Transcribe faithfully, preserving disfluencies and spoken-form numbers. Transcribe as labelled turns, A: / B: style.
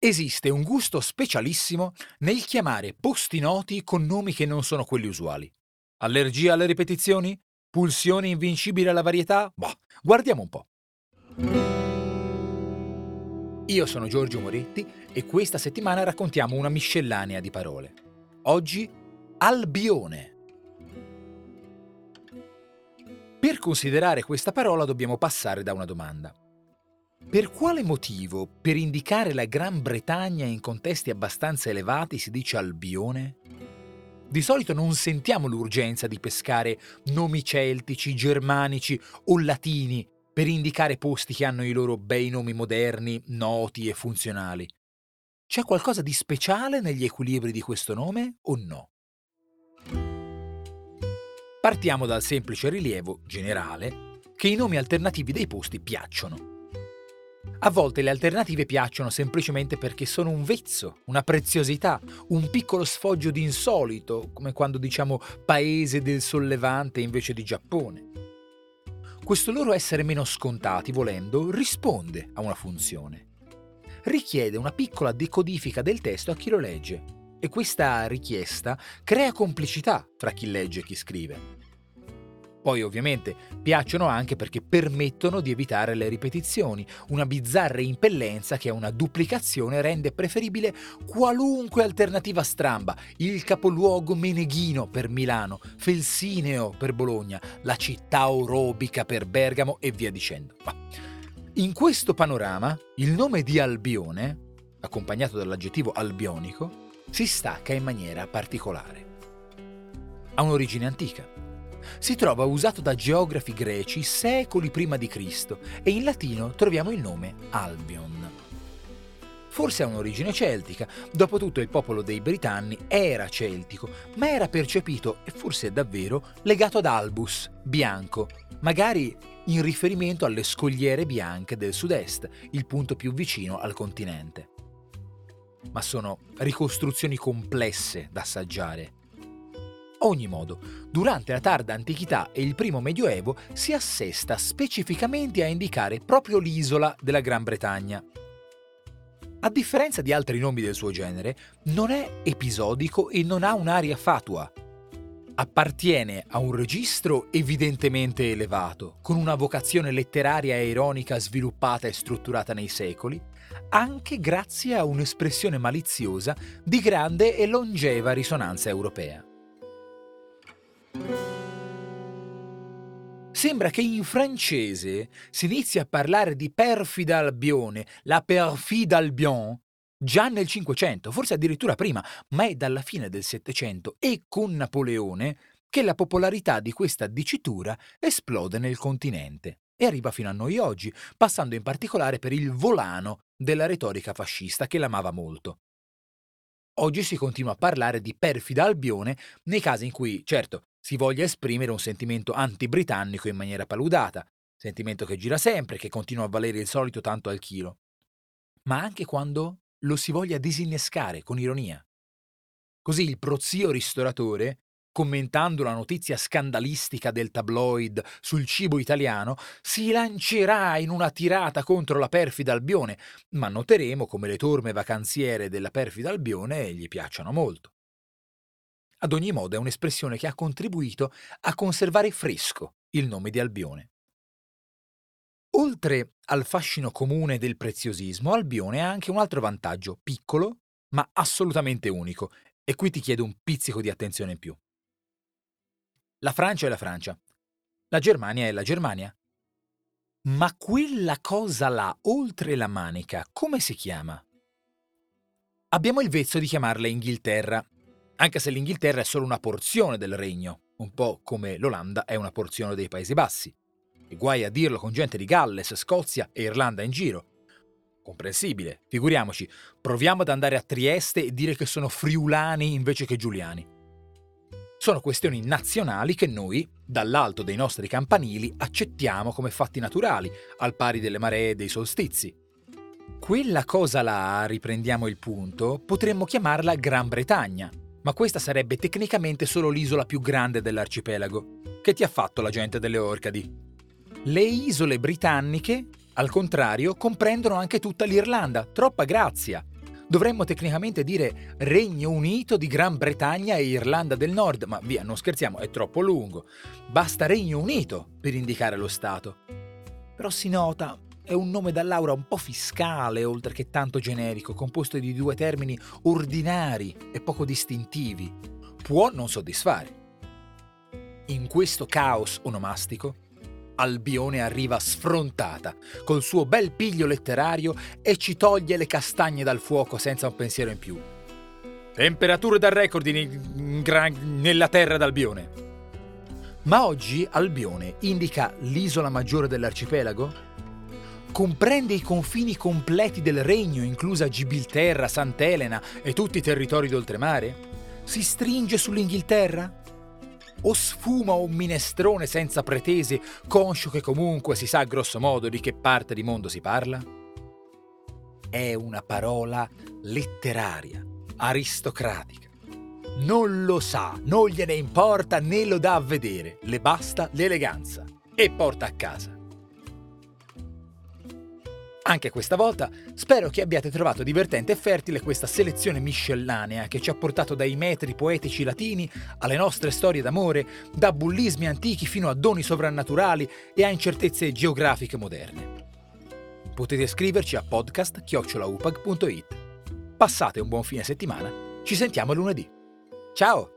A: Esiste un gusto specialissimo nel chiamare posti noti con nomi che non sono quelli usuali. Allergia alle ripetizioni? Pulsione invincibile alla varietà? Boh, guardiamo un po'. Io sono Giorgio Moretti e questa settimana raccontiamo una miscellanea di parole. Oggi, albione. Per considerare questa parola dobbiamo passare da una domanda. Per quale motivo, per indicare la Gran Bretagna in contesti abbastanza elevati, si dice albione? Di solito non sentiamo l'urgenza di pescare nomi celtici, germanici o latini per indicare posti che hanno i loro bei nomi moderni, noti e funzionali. C'è qualcosa di speciale negli equilibri di questo nome o no? Partiamo dal semplice rilievo generale che i nomi alternativi dei posti piacciono. A volte le alternative piacciono semplicemente perché sono un vezzo, una preziosità, un piccolo sfoggio di insolito, come quando diciamo paese del sollevante invece di Giappone. Questo loro essere meno scontati, volendo, risponde a una funzione. Richiede una piccola decodifica del testo a chi lo legge, e questa richiesta crea complicità fra chi legge e chi scrive. Poi ovviamente piacciono anche perché permettono di evitare le ripetizioni, una bizzarra impellenza che a una duplicazione rende preferibile qualunque alternativa stramba, il capoluogo meneghino per Milano, Felsineo per Bologna, la città orobica per Bergamo e via dicendo. Ma in questo panorama il nome di Albione, accompagnato dall'aggettivo albionico, si stacca in maniera particolare. Ha un'origine antica. Si trova usato da geografi greci secoli prima di Cristo e in latino troviamo il nome Albion. Forse ha un'origine celtica, dopotutto il popolo dei Britanni era celtico, ma era percepito, e forse davvero, legato ad Albus, bianco, magari in riferimento alle scogliere bianche del sud-est, il punto più vicino al continente. Ma sono ricostruzioni complesse da assaggiare. A ogni modo, durante la tarda antichità e il primo medioevo si assesta specificamente a indicare proprio l'isola della Gran Bretagna. A differenza di altri nomi del suo genere, non è episodico e non ha un'aria fatua. Appartiene a un registro evidentemente elevato, con una vocazione letteraria e ironica sviluppata e strutturata nei secoli, anche grazie a un'espressione maliziosa di grande e longeva risonanza europea. Sembra che in francese si inizi a parlare di perfida Albione, la perfide Albion, già nel Cinquecento, forse addirittura prima, ma è dalla fine del Settecento e con Napoleone che la popolarità di questa dicitura esplode nel continente e arriva fino a noi oggi, passando in particolare per il volano della retorica fascista che l'amava molto. Oggi si continua a parlare di perfida Albione nei casi in cui, certo, si voglia esprimere un sentimento anti-britannico in maniera paludata, sentimento che gira sempre, che continua a valere il solito tanto al chilo, ma anche quando lo si voglia disinnescare con ironia. Così il prozio ristoratore, commentando la notizia scandalistica del tabloid sul cibo italiano, si lancerà in una tirata contro la perfida Albione, ma noteremo come le torme vacanziere della perfida Albione gli piacciono molto. Ad ogni modo è un'espressione che ha contribuito a conservare fresco il nome di Albione. Oltre al fascino comune del preziosismo, Albione ha anche un altro vantaggio, piccolo ma assolutamente unico, e qui ti chiedo un pizzico di attenzione in più. La Francia è la Francia, la Germania è la Germania. Ma quella cosa là, oltre la manica, come si chiama? Abbiamo il vezzo di chiamarla Inghilterra, anche se l'Inghilterra è solo una porzione del regno, un po' come l'Olanda è una porzione dei Paesi Bassi. E guai a dirlo con gente di Galles, Scozia e Irlanda in giro. Comprensibile, figuriamoci, proviamo ad andare a Trieste e dire che sono friulani invece che giuliani. Sono questioni nazionali che noi, dall'alto dei nostri campanili, accettiamo come fatti naturali, al pari delle maree e dei solstizi. Quella cosa là, riprendiamo il punto, potremmo chiamarla Gran Bretagna, ma questa sarebbe tecnicamente solo l'isola più grande dell'arcipelago. Che ti ha fatto la gente delle Orcadi? Le isole britanniche, al contrario, comprendono anche tutta l'Irlanda, troppa grazia. Dovremmo tecnicamente dire Regno Unito di Gran Bretagna e Irlanda del Nord, ma via, non scherziamo, è troppo lungo. Basta Regno Unito per indicare lo Stato. Però si nota, è un nome dall'aura un po' fiscale, oltre che tanto generico, composto di due termini ordinari e poco distintivi. Può non soddisfare. In questo caos onomastico, Albione arriva sfrontata, col suo bel piglio letterario e ci toglie le castagne dal fuoco senza un pensiero in più. Temperature da record in, in, in, nella terra d'Albione. Ma oggi Albione indica l'isola maggiore dell'arcipelago? Comprende i confini completi del regno, inclusa Gibilterra, Sant'Elena e tutti i territori d'oltremare? Si stringe sull'Inghilterra? O sfuma un minestrone senza pretese, conscio che comunque si sa grosso modo di che parte di mondo si parla? È una parola letteraria, aristocratica. Non lo sa, non gliene importa né lo dà a vedere, le basta l'eleganza e porta a casa. Anche questa volta spero che abbiate trovato divertente e fertile questa selezione miscellanea che ci ha portato dai metri poetici latini alle nostre storie d'amore, da bullismi antichi fino a doni sovrannaturali e a incertezze geografiche moderne. Potete scriverci a podcast chiocciola upag punto it. Passate un buon fine settimana, ci sentiamo lunedì. Ciao!